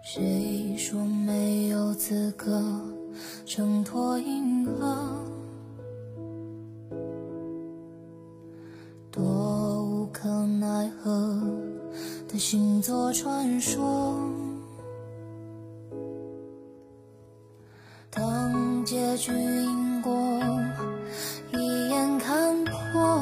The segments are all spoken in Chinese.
谁说没有资格挣脱银河？多无可奈何的星座传说，当结局因果一眼看破，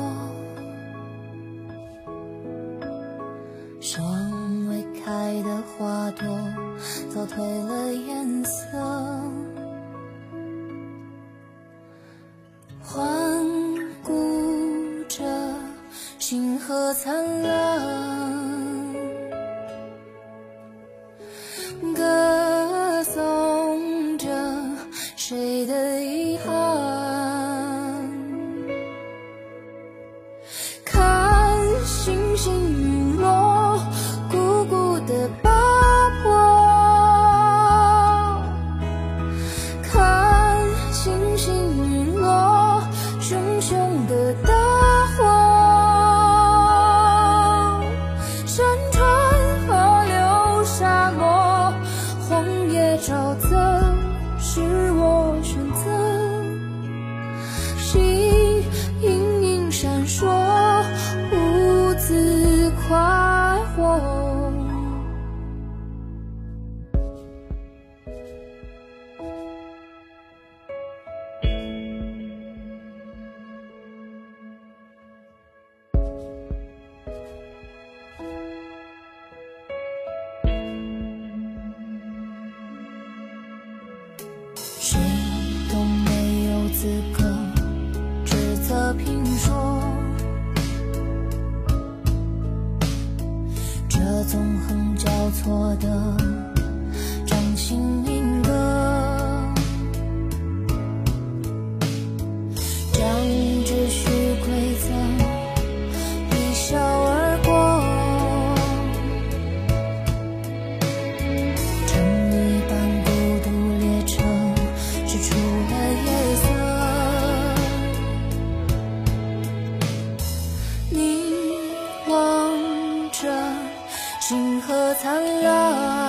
尚未开的花朵早褪了颜色，环顾着星河灿烂，歌颂着谁的遗憾，看星星陨落，孤孤的爆破，看星星陨落，熊熊的大火，山川河流沙漠，荒野沼泽是我选择，心隐隐闪烁，兀自快活。谁都没有资格指责评说，这纵横交错的掌心银歌，将秩序规则一笑而过，乘一班孤独列车驶出了夜色，凝望着星河灿烂，